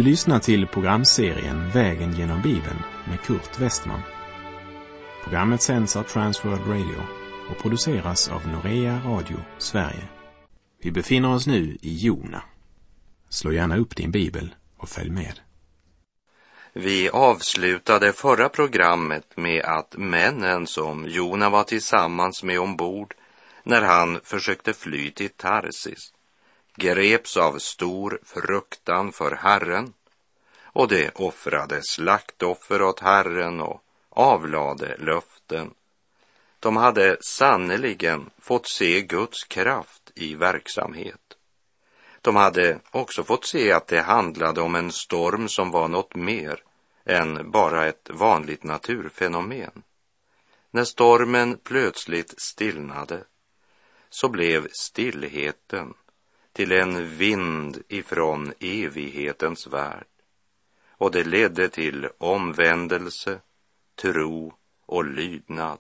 Du lyssnar till programserien Vägen genom Bibeln med Kurt Westman. Programmet sänds av Transworld Radio och produceras av Norea Radio Sverige. Vi befinner oss nu i Jona. Slå gärna upp din bibel och följ med. Vi avslutade förra programmet med att männen som Jona var tillsammans med ombord när han försökte fly till Tarsis greps av stor fruktan för Herren, och de offrade slaktoffer åt Herren och avlade löften. De hade sannoliken fått se Guds kraft i verksamhet. De hade också fått se att det handlade om en storm som var något mer än bara ett vanligt naturfenomen. När stormen plötsligt stillnade så blev stillheten till en vind ifrån evighetens värld, och det ledde till omvändelse, tro och lydnad.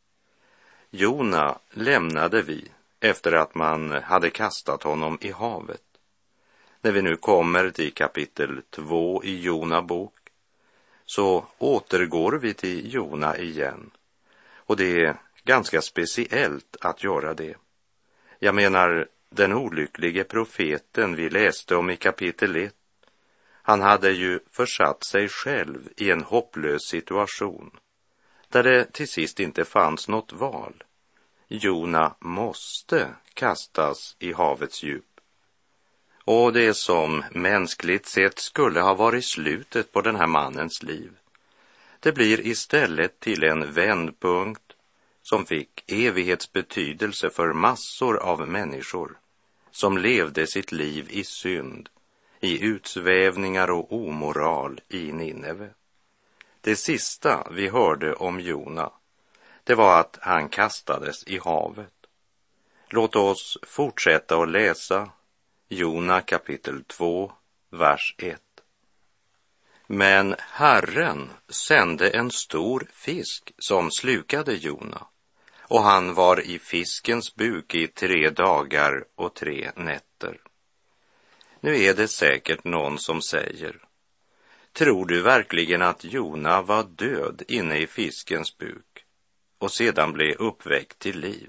Jona lämnade vi efter att man hade kastat honom i havet. När vi nu kommer till kapitel 2 i Jona bok så återgår vi till Jona igen, och det är ganska speciellt att göra det. Jag menar, den olycklige profeten vi läste om i kapitel 1, han hade ju försatt sig själv i en hopplös situation där det till sist inte fanns något val. Jona måste kastas i havets djup. Och det som mänskligt sett skulle ha varit slutet på den här mannens liv, det blir istället till en vändpunkt som fick evighetsbetydelse för massor av människor som levde sitt liv i synd, i utsvävningar och omoral i Nineve. Det sista vi hörde om Jona, det var att han kastades i havet. Låt oss fortsätta att läsa Jona kapitel 2, vers 1. Men Herren sände en stor fisk som slukade Jona, och han var i fiskens buk i 3 dagar och 3 nätter. Nu är det säkert någon som säger: tror du verkligen att Jona var död inne i fiskens buk och sedan blev uppväckt till liv?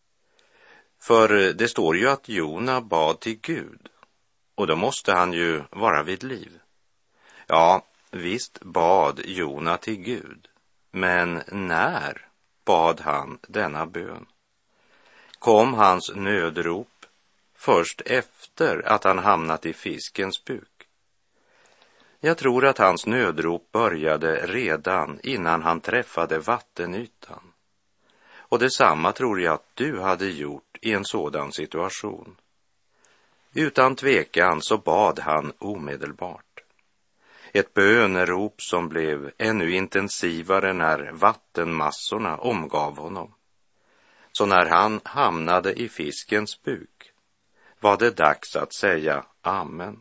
För det står ju att Jona bad till Gud, och då måste han ju vara vid liv. Ja, visst bad Jona till Gud, men när bad han denna bön? Kom hans nödrop först efter att han hamnat i fiskens buk? Jag tror att hans nödrop började redan innan han träffade vattenytan. Och detsamma tror jag att du hade gjort i en sådan situation. Utan tvekan så bad han omedelbart. Ett bönerop som blev ännu intensivare när vattenmassorna omgav honom. Så när han hamnade i fiskens buk var det dags att säga amen.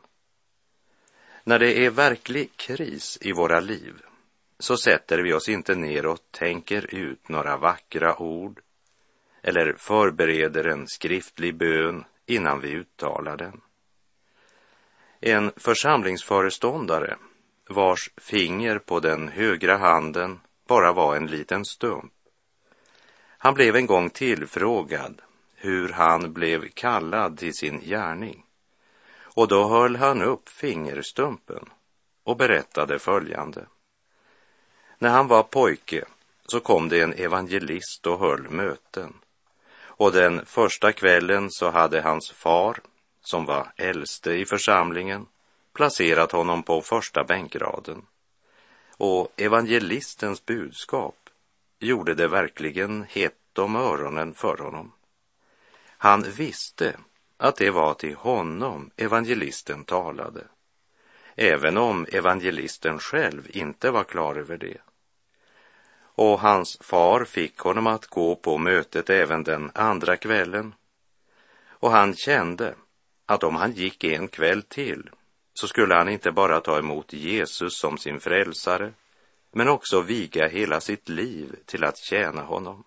När det är verklig kris i våra liv så sätter vi oss inte ner och tänker ut några vackra ord eller förbereder en skriftlig bön innan vi uttalar den. En församlingsföreståndare vars finger på den högra handen bara var en liten stump. Han blev en gång tillfrågad hur han blev kallad till sin gärning, och då höll han upp fingerstumpen och berättade följande. När han var pojke så kom det en evangelist och höll möten, och den första kvällen så hade hans far, som var äldste i församlingen, placerat honom på första bänkraden. Och evangelistens budskap gjorde det verkligen hett om öronen för honom. Han visste att det var till honom evangelisten talade, även om evangelisten själv inte var klar över det. Och hans far fick honom att gå på mötet även den andra kvällen. Och han kände att om han gick en kväll till så skulle han inte bara ta emot Jesus som sin frälsare, men också viga hela sitt liv till att tjäna honom.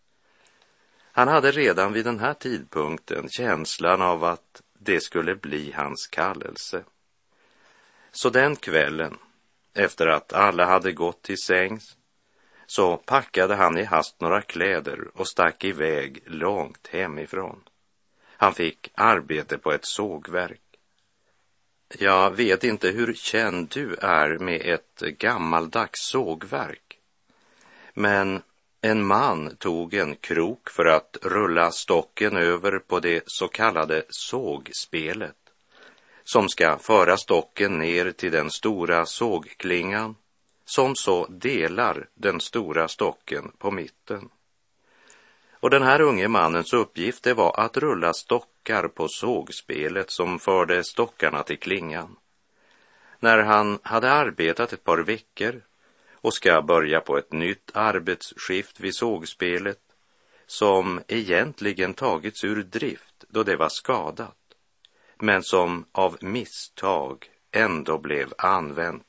Han hade redan vid den här tidpunkten känslan av att det skulle bli hans kallelse. Så den kvällen, efter att alla hade gått till sängs, så packade han i hast några kläder och stack iväg långt hemifrån. Han fick arbete på ett sågverk. Jag vet inte hur känd du är med ett gammaldags sågverk, men en man tog en krok för att rulla stocken över på det så kallade sågspelet, som ska föra stocken ner till den stora sågklingan, som så delar den stora stocken på mitten. Och den här unge mannens uppgift det var att rulla stockar på sågspelet som förde stockarna till klingan. När han hade arbetat ett par veckor och ska börja på ett nytt arbetsskift vid sågspelet, som egentligen tagits ur drift då det var skadat, men som av misstag ändå blev använt.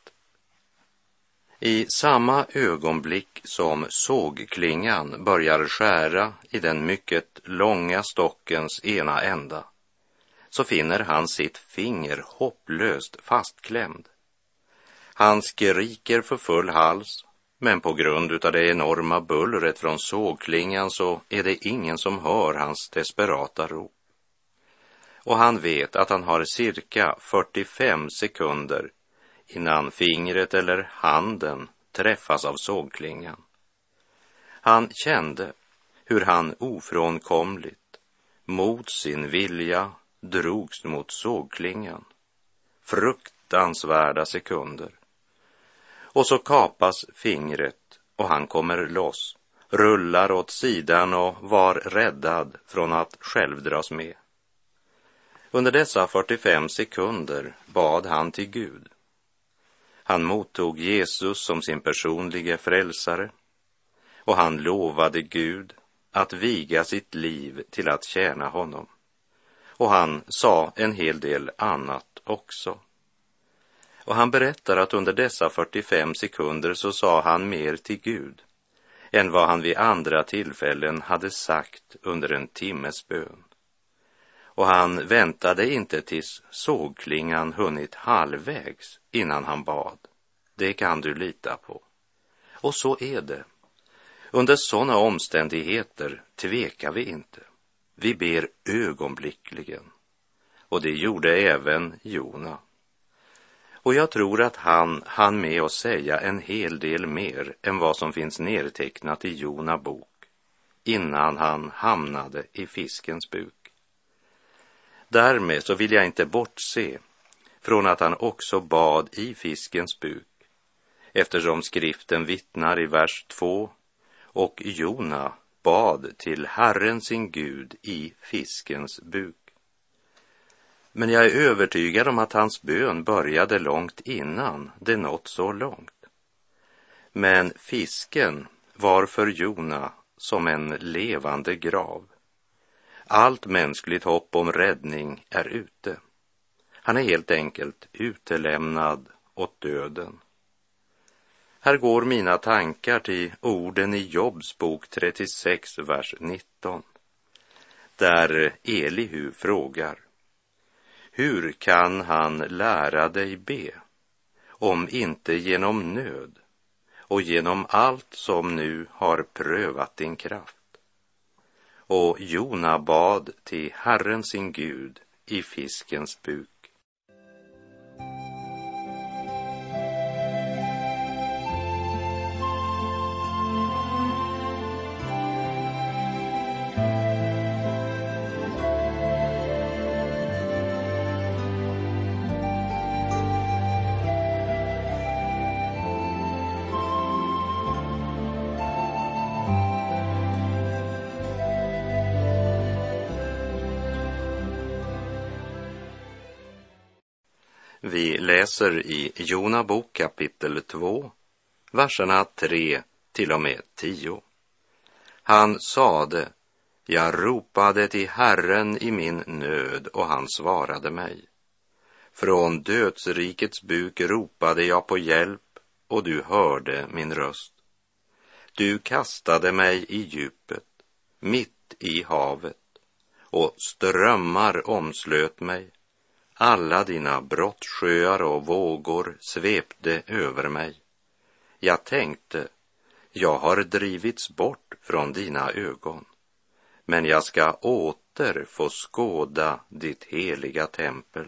I samma ögonblick som sågklingan börjar skära i den mycket långa stockens ena ända, så finner han sitt finger hopplöst fastklämd. Han skriker för full hals, men på grund av det enorma bullret från sågklingan så är det ingen som hör hans desperata rop. Och han vet att han har cirka 45 sekunder innan fingret eller handen träffas av sågklingan. Han kände hur han ofrånkomligt, mot sin vilja, drogs mot sågklingan. Fruktansvärda sekunder. Och så kapas fingret och han kommer loss, rullar åt sidan och var räddad från att själv dras med. Under dessa 45 sekunder bad han till Gud. Han mottog Jesus som sin personliga frälsare och han lovade Gud att viga sitt liv till att tjäna honom. Och han sa en hel del annat också. Och han berättar att under dessa 45 sekunder så sa han mer till Gud än vad han vid andra tillfällen hade sagt under en timmes bön. Och han väntade inte tills sågklingan hunnit halvvägs innan han bad. Det kan du lita på. Och så är det. Under sådana omständigheter tvekar vi inte. Vi ber ögonblickligen. Och det gjorde även Jona. Och jag tror att han med att säga en hel del mer än vad som finns nedtecknat i Jona bok innan han hamnade i fiskens buk. Därmed så vill jag inte bortse från att han också bad i fiskens buk, eftersom skriften vittnar i vers 2 och Jona bad till Herren sin Gud i fiskens buk. Men jag är övertygad om att hans bön började långt innan det nått så långt. Men fisken var för Jona som en levande grav. Allt mänskligt hopp om räddning är ute. Han är helt enkelt utelämnad åt döden. Här går mina tankar till orden i Jobs bok 36, vers 19. Där Elihu frågar: hur kan han lära dig be, om inte genom nöd och genom allt som nu har prövat din kraft? Och Jona bad till Herren sin Gud i fiskens buk. Vi läser i Jona bok kapitel 2, verserna 3 till och med 10. Han sade: jag ropade till Herren i min nöd och han svarade mig. Från dödsrikets buk ropade jag på hjälp och du hörde min röst. Du kastade mig i djupet, mitt i havet, och strömmar omslöt mig. Alla dina brottsjöar och vågor svepte över mig. Jag tänkte, jag har drivits bort från dina ögon, men jag ska åter få skåda ditt heliga tempel.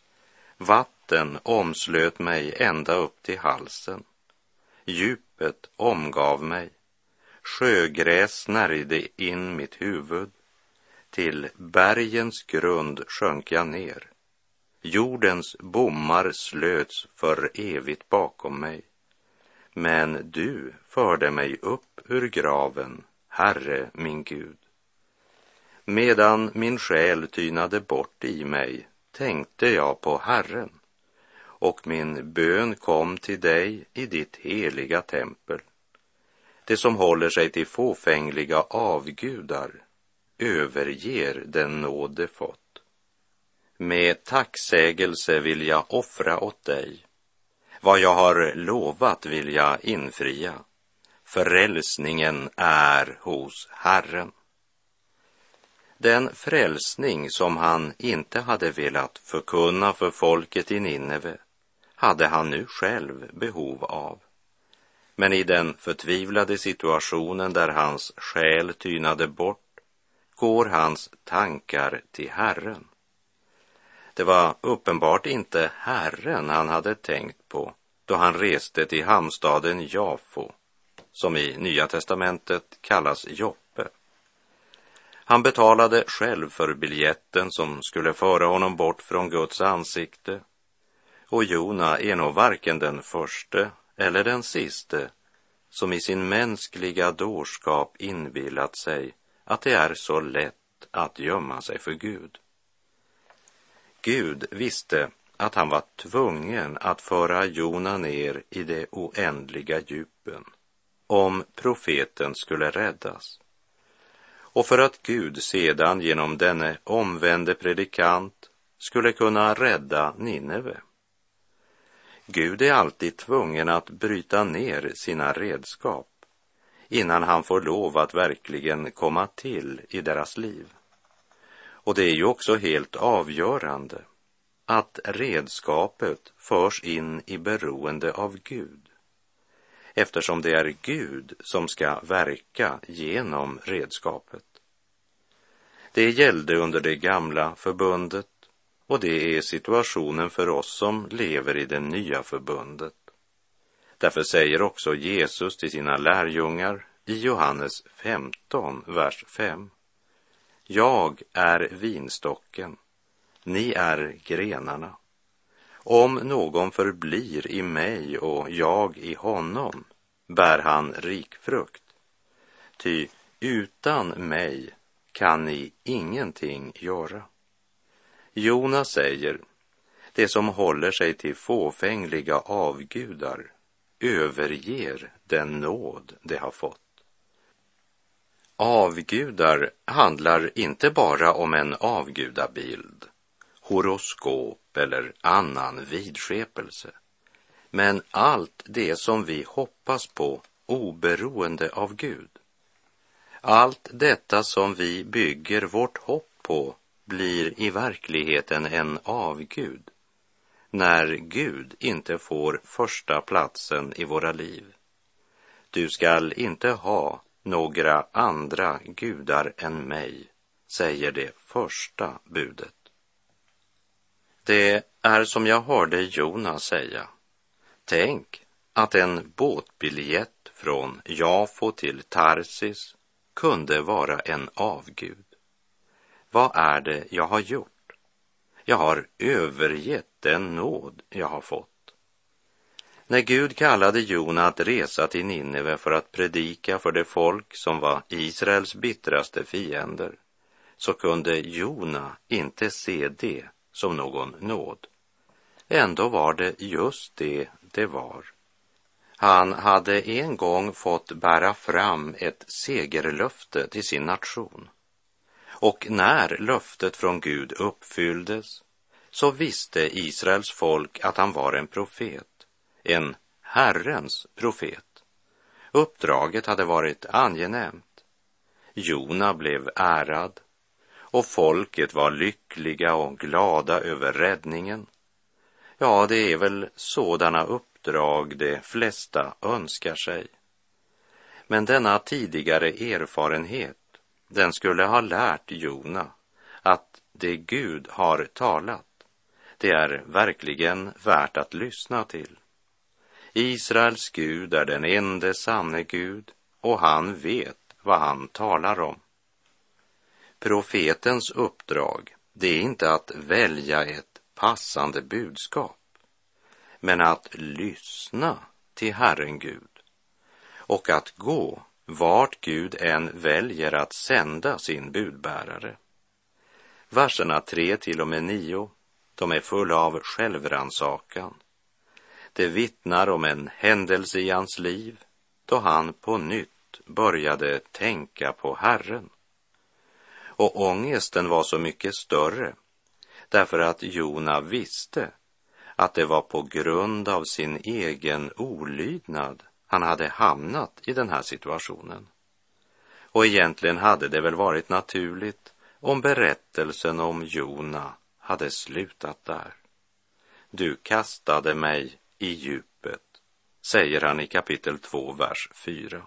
Vatten omslöt mig ända upp till halsen. Djupet omgav mig. Sjögräs snärjde in mitt huvud. Till bergens grund sjönk jag ner. Jordens bommar slöts för evigt bakom mig. Men du förde mig upp ur graven, Herre min Gud. Medan min själ tynade bort i mig tänkte jag på Herren, och min bön kom till dig i ditt heliga tempel. Det som håller sig till fåfängliga avgudar överger den nåd de fått. Med tacksägelse vill jag offra åt dig. Vad jag har lovat vill jag infria. Frälsningen är hos Herren. Den frälsning som han inte hade velat förkunna för folket i Nineve hade han nu själv behov av. Men i den förtvivlade situationen där hans själ tynade bort går hans tankar till Herren. Det var uppenbart inte Herren han hade tänkt på då han reste till hamnstaden Jafo, som i Nya testamentet kallas Joppe. Han betalade själv för biljetten som skulle föra honom bort från Guds ansikte. Och Jona är nog varken den förste eller den siste som i sin mänskliga dårskap inbillat sig att det är så lätt att gömma sig för Gud. Gud visste att han var tvungen att föra Jona ner i de oändliga djupen om profeten skulle räddas. Och för att Gud sedan genom denne omvände predikant skulle kunna rädda Nineve. Gud är alltid tvungen att bryta ner sina redskap innan han får lov att verkligen komma till i deras liv. Och det är ju också helt avgörande att redskapet förs in i beroende av Gud, eftersom det är Gud som ska verka genom redskapet. Det gällde under det gamla förbundet, och det är situationen för oss som lever i det nya förbundet. Därför säger också Jesus till sina lärjungar i Johannes 15, vers 5. Jag är vinstocken, ni är grenarna. Om någon förblir i mig och jag i honom, bär han rik frukt. Ty utan mig kan ni ingenting göra. Jona säger, det som håller sig till fåfängliga avgudar överger den nåd de har fått. Avgudar handlar inte bara om en avgudabild, horoskop eller annan vidskepelse, men allt det som vi hoppas på oberoende av Gud. Allt detta som vi bygger vårt hopp på blir i verkligheten en avgud när Gud inte får första platsen i våra liv. Du skall inte ha några andra gudar än mig, säger det första budet. Det är som jag hörde Jona säga. Tänk att en båtbiljett från Jafo till Tarsis kunde vara en avgud. Vad är det jag har gjort? Jag har övergett den nåd jag har fått. När Gud kallade Jona att resa till Nineve för att predika för det folk som var Israels bittraste fiender, så kunde Jona inte se det som någon nåd. Ändå var det just det det var. Han hade en gång fått bära fram ett segerlöfte till sin nation. Och när löftet från Gud uppfylldes, så visste Israels folk att han var en profet, en Herrens profet. Uppdraget hade varit angenämt. Jona blev ärad, och folket var lyckliga och glada över räddningen. Ja, det är väl sådana uppdrag de flesta önskar sig. Men denna tidigare erfarenhet, den skulle ha lärt Jona att det Gud har talat, det är verkligen värt att lyssna till. Israels Gud är den ende sanne Gud och han vet vad han talar om. Profetens uppdrag, det är inte att välja ett passande budskap, men att lyssna till Herren Gud och att gå vart Gud än väljer att sända sin budbärare. Verserna 3-9, de är fulla av självrannsakan. Det vittnar om en händelse i hans liv då han på nytt började tänka på Herren. Och ångesten var så mycket större därför att Jona visste att det var på grund av sin egen olydnad han hade hamnat i den här situationen. Och egentligen hade det väl varit naturligt om berättelsen om Jona hade slutat där. Du kastade mig i djupet, säger han i kapitel 2, vers 4.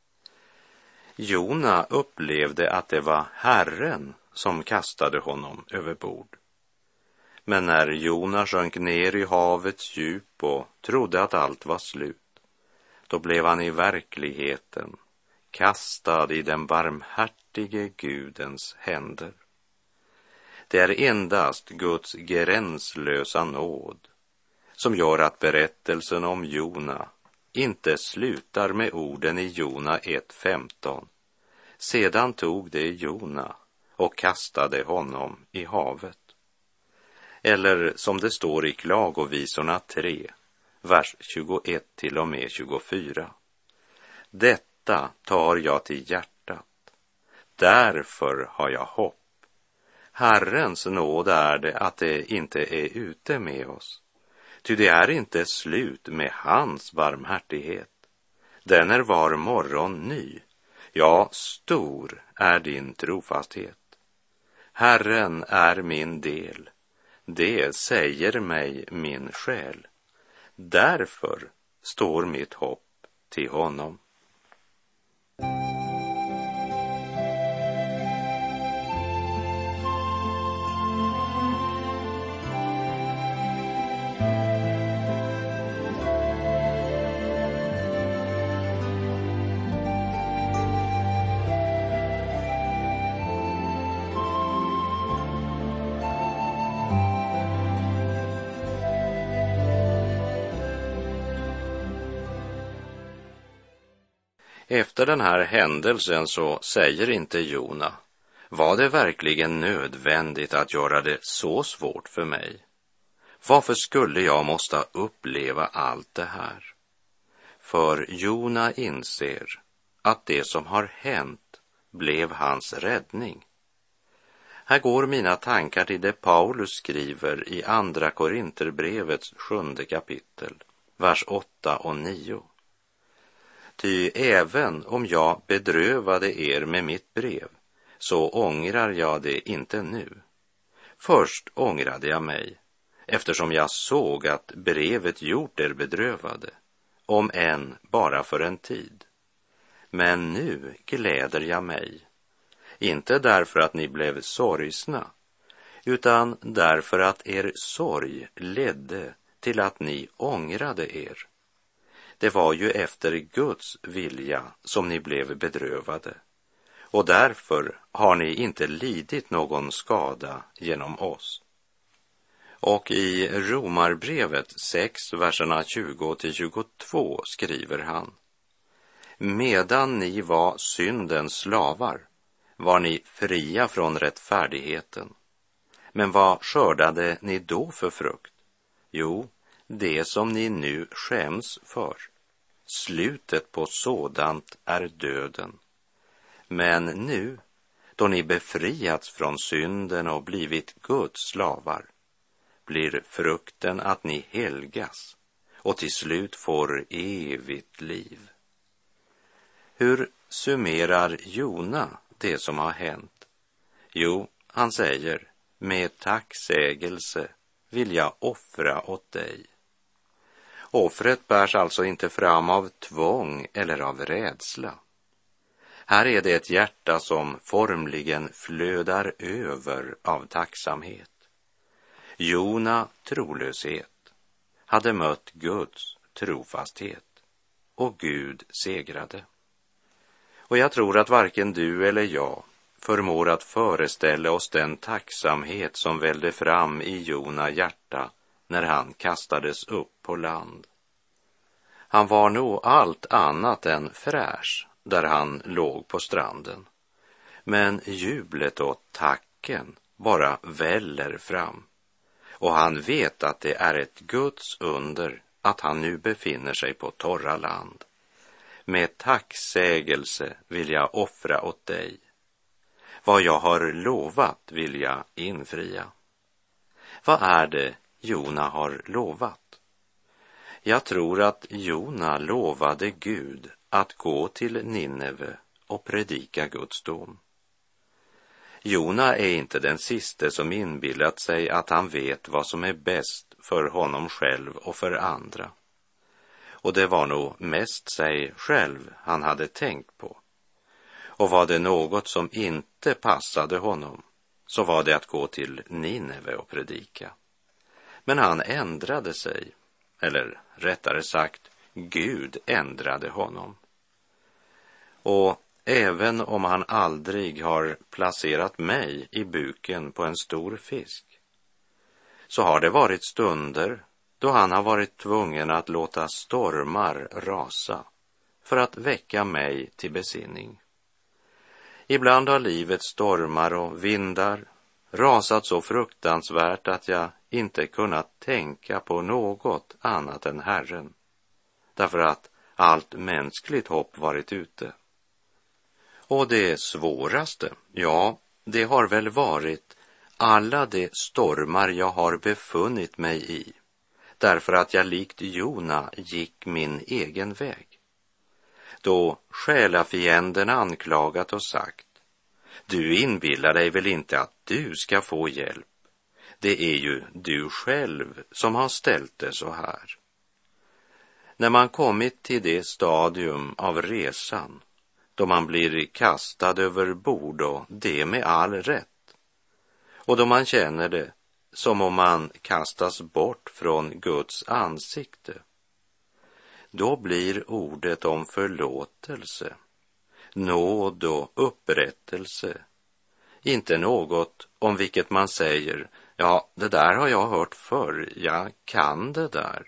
Jona upplevde att det var Herren som kastade honom över bord. Men när Jona sjönk ner i havets djup och trodde att allt var slut, då blev han i verkligheten kastad i den barmhärtige Gudens händer. Det är endast Guds gränslösa nåd som gör att berättelsen om Jona inte slutar med orden i Jona 1:15. Sedan tog det Jona och kastade honom i havet. Eller som det står i Klagovisorna 3, vers 21-24. Detta tar jag till hjärtat, därför har jag hopp. Herrens nåd är det att det inte är ute med oss, ty det är inte slut med hans barmhärtighet. Den är var morgon ny, ja, stor är din trofasthet. Herren är min del, det säger mig min själ. Därför står mitt hopp till honom. Efter den här händelsen så säger inte Jona, var det verkligen nödvändigt att göra det så svårt för mig? Varför skulle jag måste uppleva allt det här? För Jona inser att det som har hänt blev hans räddning. Här går mina tankar till det Paulus skriver i Andra Korinterbrevets 7:e kapitel, vers 8 och 9. Ty även om jag bedrövade er med mitt brev, så ångrar jag det inte nu. Först ångrade jag mig, eftersom jag såg att brevet gjort er bedrövade, om än bara för en tid. Men nu gläder jag mig, inte därför att ni blev sorgsna, utan därför att er sorg ledde till att ni ångrade er. Det var ju efter Guds vilja som ni blev bedrövade, och därför har ni inte lidit någon skada genom oss. Och i Romarbrevet 6, verserna 20-22 skriver han: medan ni var syndens slavar var ni fria från rättfärdigheten. Men vad skördade ni då för frukt? Jo, det som ni nu skäms för. Slutet på sådant är döden. Men nu, då ni befriats från synden och blivit Guds slavar, blir frukten att ni helgas och till slut får evigt liv. Hur summerar Jona det som har hänt? Jo, han säger, med tacksägelse vill jag offra åt dig. Offret bärs alltså inte fram av tvång eller av rädsla. Här är det ett hjärta som formligen flödar över av tacksamhet. Jona trolöshet hade mött Guds trofasthet och Gud segrade. Och jag tror att varken du eller jag förmår att föreställa oss den tacksamhet som vällde fram i Jona hjärta när han kastades upp på land. Han var nog allt annat än fräsch där han låg på stranden. Men jublet och tacken bara väller fram. Och han vet att det är ett Guds under att han nu befinner sig på torra land. Med tacksägelse vill jag offra åt dig. Vad jag har lovat vill jag infria. Vad är det Jona har lovat? Jag tror att Jona lovade Gud att gå till Nineve och predika Guds dom. Jona är inte den siste som inbillat sig att han vet vad som är bäst för honom själv och för andra. Och det var nog mest sig själv han hade tänkt på. Och var det något som inte passade honom, så var det att gå till Nineve och predika. Men han ändrade sig, eller rättare sagt, Gud ändrade honom. Och även om han aldrig har placerat mig i buken på en stor fisk, så har det varit stunder då han har varit tvungen att låta stormar rasa för att väcka mig till besinning. Ibland har livets stormar och vindar rasat så fruktansvärt att jag inte kunnat tänka på något annat än Herren, därför att allt mänskligt hopp varit ute. Och det svåraste, ja, det har väl varit alla de stormar jag har befunnit mig i, därför att jag likt Jona gick min egen väg. Då själafienden anklagat och sagt, du inbillar dig väl inte att du ska få hjälp? Det är ju du själv som har ställt det så här. När man kommit till det stadium av resan då man blir kastad över bord, och det med all rätt, och då man känner det som om man kastas bort från Guds ansikte, då blir ordet om förlåtelse, nåd och upprättelse inte något om vilket man säger, ja, det där har jag hört förr, jag kan det där.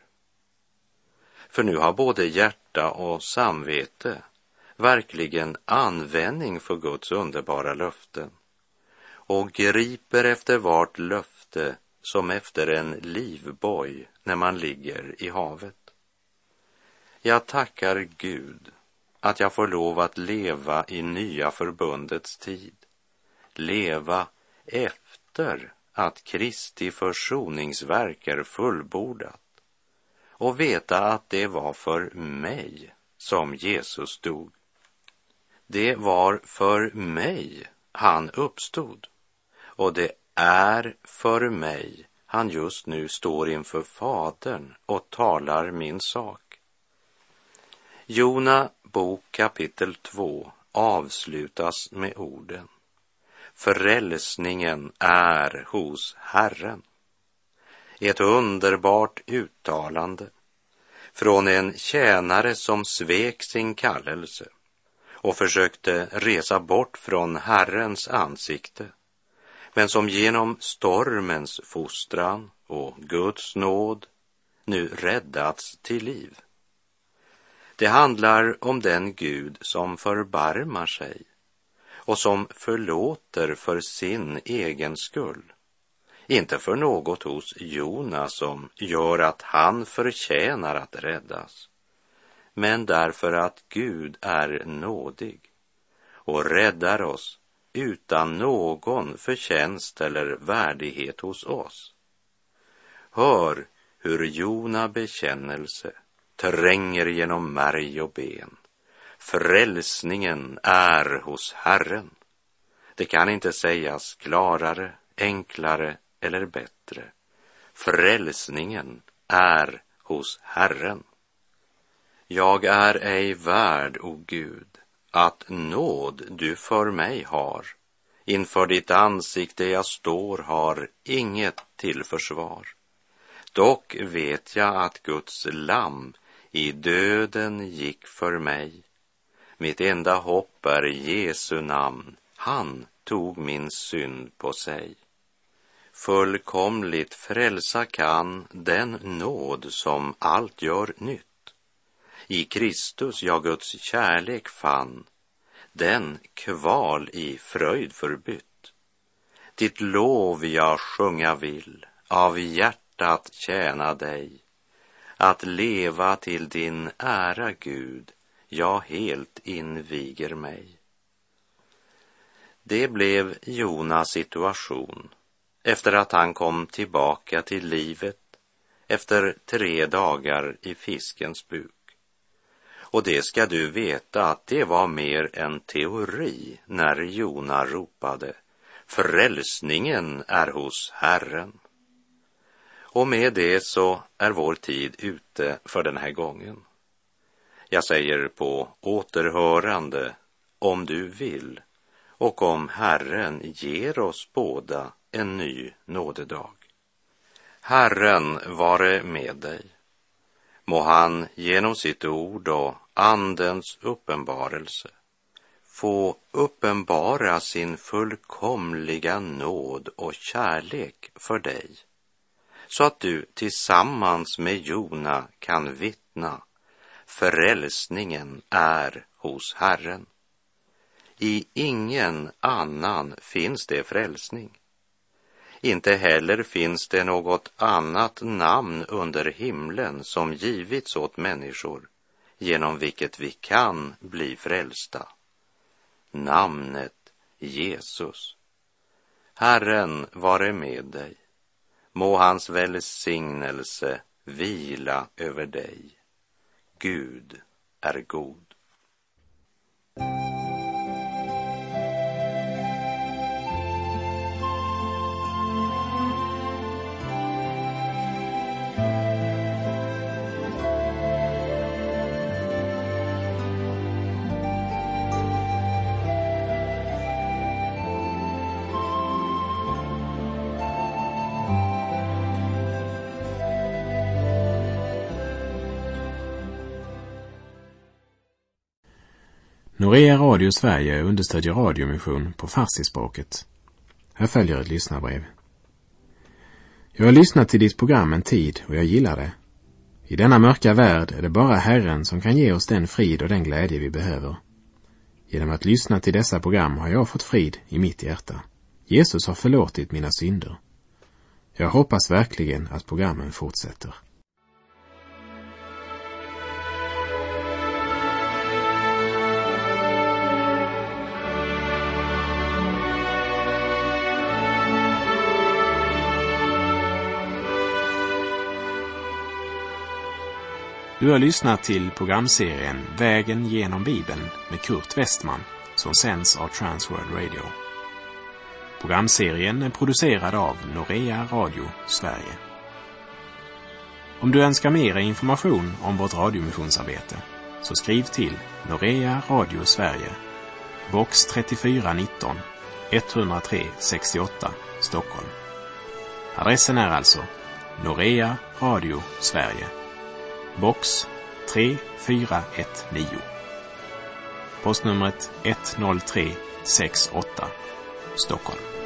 För nu har både hjärta och samvete verkligen användning för Guds underbara löften och griper efter vart löfte som efter en livboj när man ligger i havet. Jag tackar Gud att jag får lov att leva i nya förbundets tid, leva efter att Kristi försoningsverk är fullbordat och veta att det var för mig som Jesus dog. Det var för mig han uppstod, och det är för mig han just nu står inför Fadern och talar min sak. Jona bok kapitel 2 avslutas med orden: frälsningen är hos Herren. Ett underbart uttalande från en tjänare som svek sin kallelse och försökte resa bort från Herrens ansikte, men som genom stormens fostran och Guds nåd nu räddats till liv. Det handlar om den Gud som förbarmar sig och som förlåter för sin egen skull. Inte för något hos Jona som gör att han förtjänar att räddas, men därför att Gud är nådig och räddar oss utan någon förtjänst eller värdighet hos oss. Hör hur Jona bekännelse tränger genom märg och ben. Frälsningen är hos Herren. Det kan inte sägas klarare, enklare eller bättre. Frälsningen är hos Herren. Jag är ej värd, o Gud, att nåd du för mig har. Inför ditt ansikte jag står har inget till försvar. Dock vet jag att Guds lamm i döden gick för mig. Mitt enda hopp är Jesu namn, han tog min synd på sig. Fullkomligt frälsa kan den nåd som allt gör nytt. I Kristus jag Guds kärlek fann, den kval i fröjd förbytt. Ditt lov jag sjunga vill, av hjärtat tjäna dig. Att leva till din ära, Gud, jag helt inviger mig. Det blev Jonas situation efter att han kom tillbaka till livet efter 3 dagar i fiskens buk. Och det ska du veta att det var mer en teori när Jona ropade: frälsningen är hos Herren. Och med det så är vår tid ute för den här gången. Jag säger på återhörande om du vill och om Herren ger oss båda en ny nådedag. Herren vare med dig. Må han genom sitt ord och andens uppenbarelse få uppenbara sin fullkomliga nåd och kärlek för dig, så att du tillsammans med Jona kan vittna: frälsningen är hos Herren. I ingen annan finns det frälsning. Inte heller finns det något annat namn under himlen som givits åt människor, genom vilket vi kan bli frälsta. Namnet Jesus. Herren vare med dig. Må hans välsignelse vila över dig. Gud är god. Norea Radio Sverige understödjer radiomission på farsispråket. Här följer ett lyssnarbrev. Jag har lyssnat till ditt program en tid och jag gillar det. I denna mörka värld är det bara Herren som kan ge oss den frid och den glädje vi behöver. Genom att lyssna till dessa program har jag fått frid i mitt hjärta. Jesus har förlåtit mina synder. Jag hoppas verkligen att programmen fortsätter. Du har lyssnat till programserien Vägen genom Bibeln med Kurt Westman som sänds av Transworld Radio. Programserien är producerad av Norea Radio Sverige. Om du önskar mer information om vårt radiomissionsarbete så skriv till Norea Radio Sverige, box 3419 103 68 Stockholm. Adressen är alltså Norea Radio Sverige, box 3419. Postnumret 10368 Stockholm.